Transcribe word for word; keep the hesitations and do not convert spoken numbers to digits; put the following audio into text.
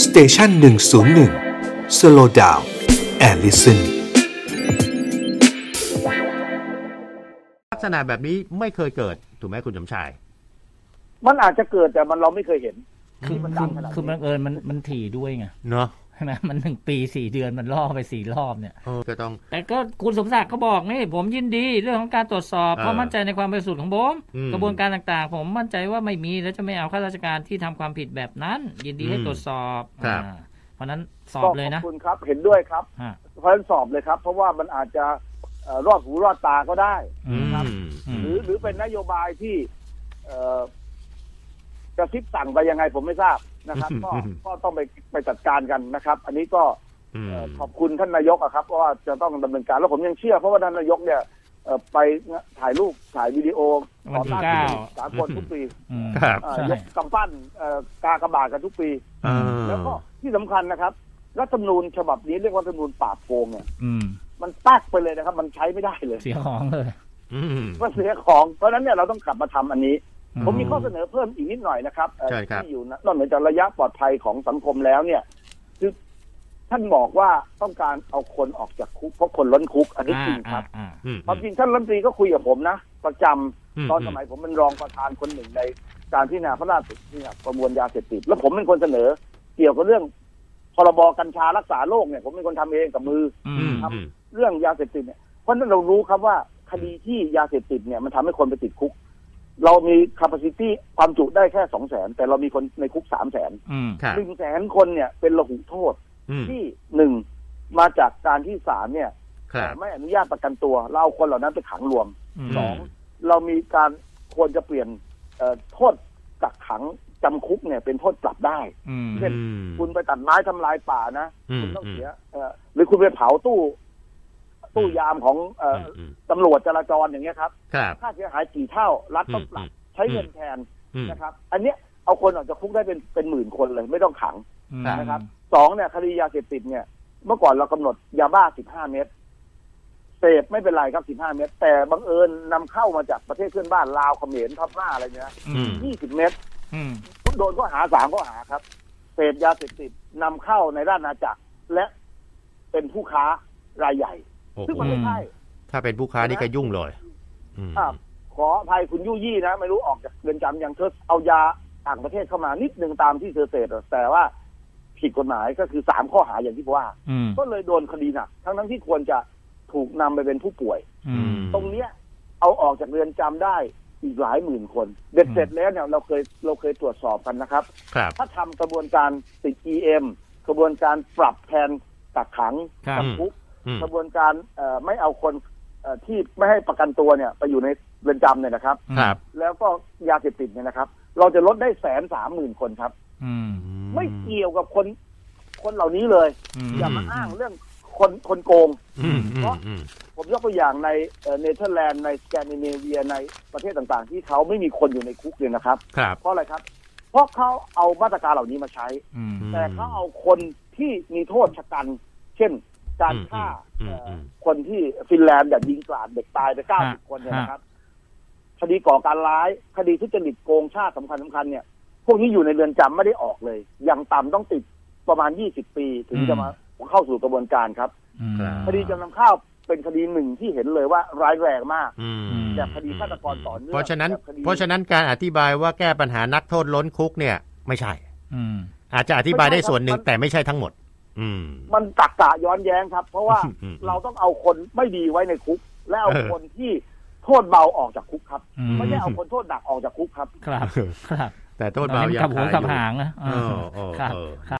สเตชันหนึ่งศูนย์หนึ่ง Slow Down and Listen ลักษณะแบบนี้ไม่เคยเกิดถูกไหมคุณสมชายมันอาจจะเกิดแต่มันเราไม่เคยเห็นคือมันดังขนาดนี้คือมันเอิญมันมันถี่ด้วยไงเนาะใช่ไหมมันหนึ่งปีสี่เดือนมันล่อไปสี่รอบเนี่ยก็ต้องแต่ก็คุณสมศักดิ์ก็บอกนี่ผมยินดีเรื่องของการตรวจสอบเพราะมั่นใจในความบริสุทธิ์ของผมกระบวนการต่างๆผมมั่นใจว่าไม่มีและจะไม่เอาข้าราชการที่ทำความผิดแบบนั้นยินดีให้ตรวจสอบเพราะนั้นสอบเลยนะขอบคุณครับเห็นด้วยครับเพราะฉะนั้นสอบเลยครับเพราะว่ามันอาจจะรอดหูรอดตาก็ได้นะครับหรือหรือเป็นนโยบายที่กระซิบสั่งไปยังไงผมไม่ทราบนะครับก็ก็ต้องไปไปจัดการกันนะครับอันนี้ก็ขอบคุณท่านนายกอะครับเพราะว่าจะต้องดำเนินการแล้วผมยังเชื่อเพราะว่าท่านนายกเนี่ยไปถ่ายรูปถ่ายวิดีโอขอต้านสากลทุกปียกกำปั้นกากบาทกันทุกปีแล้วก็ที่สำคัญนะครับรัฐธรรมนูญฉบับนี้เรียกว่ารัฐธรรมนูญปราบโกงเนี่ยมันตักไปเลยนะครับมันใช้ไม่ได้เลยเสียของเลยก็เสียของเพราะฉะนั้นเนี่ยเราต้องกลับมาทำอันนี้ผมมีข้อเสนอเพิ่มอีกนิดหน่อยนะครับที่อยู่นอกเหนือจากระยะปลอดภัยของสังคมแล้วเนี่ยคือท่านบอกว่าต้องการเอาคนออกจากคุกเพราะคนล้นคุกอันนี้จริงครับความจริงท่านรัฐมนตรีก็คุยกับผมนะประจำตอนสมัยผมเป็นรองประธานคนหนึ่งในการพิจารณาพระราชบัญญัติประมวลยาเสพติดแล้วผมเป็นคนเสนอเกี่ยวกับเรื่องพรบกัญชารักษาโรคเนี่ยผมเป็นคนทำเองกับมือทำเรื่องยาเสพติดเนี่ยเพราะนั้นเรารู้ครับว่าคดีที่ยาเสพติดเนี่ยมันทำให้คนไปติดคุกเรามี capacity ความจุได้แค่สองแสนแต่เรามีคนในคุกสามแสนหนึ่งแสนคนเนี่ยเป็นระหุโทษที่หนึ่งมาจากการที่ศาลเนี่ยไม่อนุญาตประกันตัวเราเอาคนเหล่านั้นไปขังรวมสองเรามีการควรจะเปลี่ยนโทษกักขังจำคุกเนี่ยเป็นโทษปรับได้เช่นคุณไปตัดไม้ทำลายป่านะคุณต้องเสียหรือคุณไปเผาตู้ตู้ยามของตำรวจจราจรอย่างเงี้ยครับค่าเสียหายกี่เท่ารัฐต้องปรับใช้เงินแทนนะครับอันเนี้ยเอาคนออกจากคุกได้เป็นเป็นหมื่นคนเลยไม่ต้องขังนะครับสองเนี่ยคดียาเสพติดเนี่ยเมื่อก่อนเรากำหนดยาบ้าสิบห้าเม็ดเสพไม่เป็นไรครับสิบห้าเม็ดแต่บังเอิญนำเข้ามาจากประเทศเพื่อนบ้านลาวเขมรพม่าอะไรเงี้ยยี่สิบเม็ดโดนข้อหาสามข้อหาครับเสพยาเสพติดนำเข้าในราชอาณาจักรและเป็นผู้ค้ารายใหญ่ซึ่งมันไม่ใช่ถ้าเป็นผู้ค้านี่ก็ยุ่งเลยอ่าขออภัยคุณยู่ยี่นะไม่รู้ออกจากเรือนจำอย่างเธอเอายาต่างประเทศเข้ามานิดนึงตามที่เธอเสพแต่ว่าผิดกฎหมายก็คือสามข้อหาอย่างที่ว่าก็เลยโดนคดีหนักทั้งทั้งที่ควรจะถูกนำไปเป็นผู้ป่วยตรงเนี้ยเอาออกจากเรือนจำได้อีกหลายหมื่นคนเด็ดเสร็จแล้วเนี่ยเราเคยเราเคยตรวจสอบกันนะครับถ้าทำกระบวนการติด อี เอ็ม กระบวนการปรับแทนกักขังจำคุกกระบวนการไม่เอาคนที่ไม่ให้ประกันตัวเนี่ยไปอยู่ในเรือนจำเนี่ยนะครับแล้วก็ยาเสพติดเนี่ยนะครับเราจะลดได้แสนสามหมื่นคนครับไม่เกี่ยวกับคนคนเหล่านี้เลยอย่ามาอ้างเรื่องคนคนโกงเพราะผมยกตัวอย่างในเนเธอร์แลนด์ในสแกนดิเนเวียในประเทศต่างๆที่เขาไม่มีคนอยู่ในคุกเลยนะครับเพราะอะไรครับเพราะเขาเอามาตรการเหล่านี้มาใช้แต่เขาเอาคนที่มีโทษชะกันเช่นการฆ่าคนที่ฟินแลนด์แบบยิงกราดเด็กตายไปเก้าสิบคนเนี่ยนะครับคดีก่อการร้ายคดีทุจริตโกงชาติสำคัญสำคัญเนี่ยพวกนี้อยู่ในเรือนจำไม่ได้ออกเลยอย่างต่ำต้องติดประมาณยี่สิบปีถึงจะมาเข้าสู่กระบวนการครับคดีจำนำข้าวเป็นคดีหนึ่งที่เห็นเลยว่าร้ายแรงมากจากคดีฆาตกรต่อเนื่องเพราะฉะนั้นเพราะฉะนั้นการอธิบายว่าแก้ปัญหานักโทษล้นคุกเนี่ยไม่ใช่อาจจะอธิบายได้ส่วนหนึ่งแต่ไม่ใช่ทั้งหมดมันตรรกะย้อนแย้งครับเพราะว่าเราต้องเอาคนไม่ดีไว้ในคุกและเอาคนที่โทษเบาออกจากคุกครับไม่ใช่เอาคนโทษหนักออกจากคุกครับครับครับแต่โทษเบายังกับหัวกับหางนะ